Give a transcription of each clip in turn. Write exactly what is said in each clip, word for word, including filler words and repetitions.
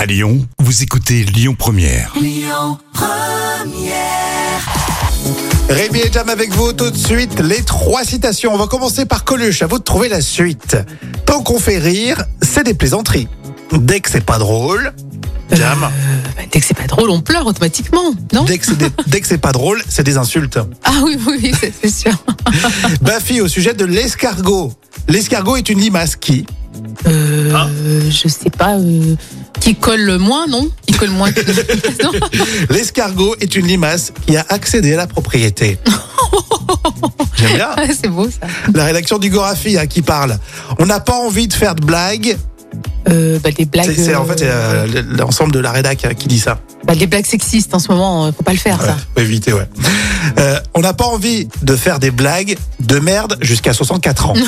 À Lyon, vous écoutez Lyon Première. Lyon Première. Rémi et Jam avec vous tout de suite, les trois citations. On va commencer par Coluche, à vous de trouver la suite. Tant qu'on fait rire, c'est des plaisanteries. Dès que c'est pas drôle, Jam. Euh, bah, dès que c'est pas drôle, on pleure automatiquement, non? Dès que c'est, des- dès que c'est pas drôle, c'est des insultes. Ah oui, oui, oui, c'est, c'est sûr. Bafi au sujet de l'escargot. L'escargot est une limace qui Euh, Je sais pas. Euh, qui colle moins, non? Qui colle moins que. Non. L'escargot est une limace qui a accédé à la propriété. J'aime bien. Ah, c'est beau ça. La rédaction du Gorafi hein, qui parle. On n'a pas envie de faire de blagues. Euh, bah, des blagues. C'est, c'est en fait c'est, euh, euh, l'ensemble de la rédac hein, qui dit ça. bah, des blagues sexistes en ce moment, euh, faut pas le faire Ouais, ça. faut éviter, ouais. Euh, on n'a pas envie de faire des blagues de merde jusqu'à soixante-quatre ans.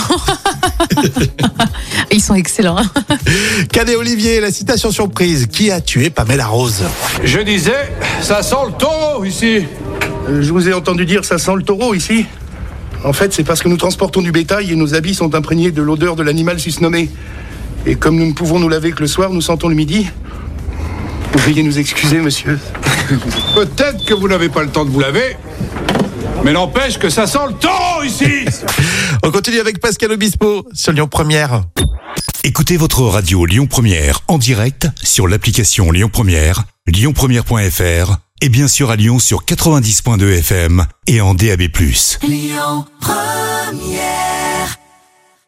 Ils sont excellents. Hein. Cadet Olivier, la citation surprise. Qui a tué Pamela Rose? Je disais, ça sent le taureau ici. Euh, Je vous ai entendu dire ça sent le taureau ici. En fait, c'est parce que nous transportons du bétail et nos habits sont imprégnés de l'odeur de l'animal susnommé. Et comme nous ne pouvons nous laver que le soir, nous sentons le midi. Veuillez nous excuser, monsieur. Peut-être que vous n'avez pas le temps de vous laver, mais n'empêche que ça sent le taureau ici. On continue avec Pascal Obispo sur Lyon Première. Écoutez votre radio Lyon Première en direct sur l'application Lyon Première, lyon première point f r et bien sûr à Lyon sur quatre-vingt-dix point deux F M et en D A B plus. Lyon Première.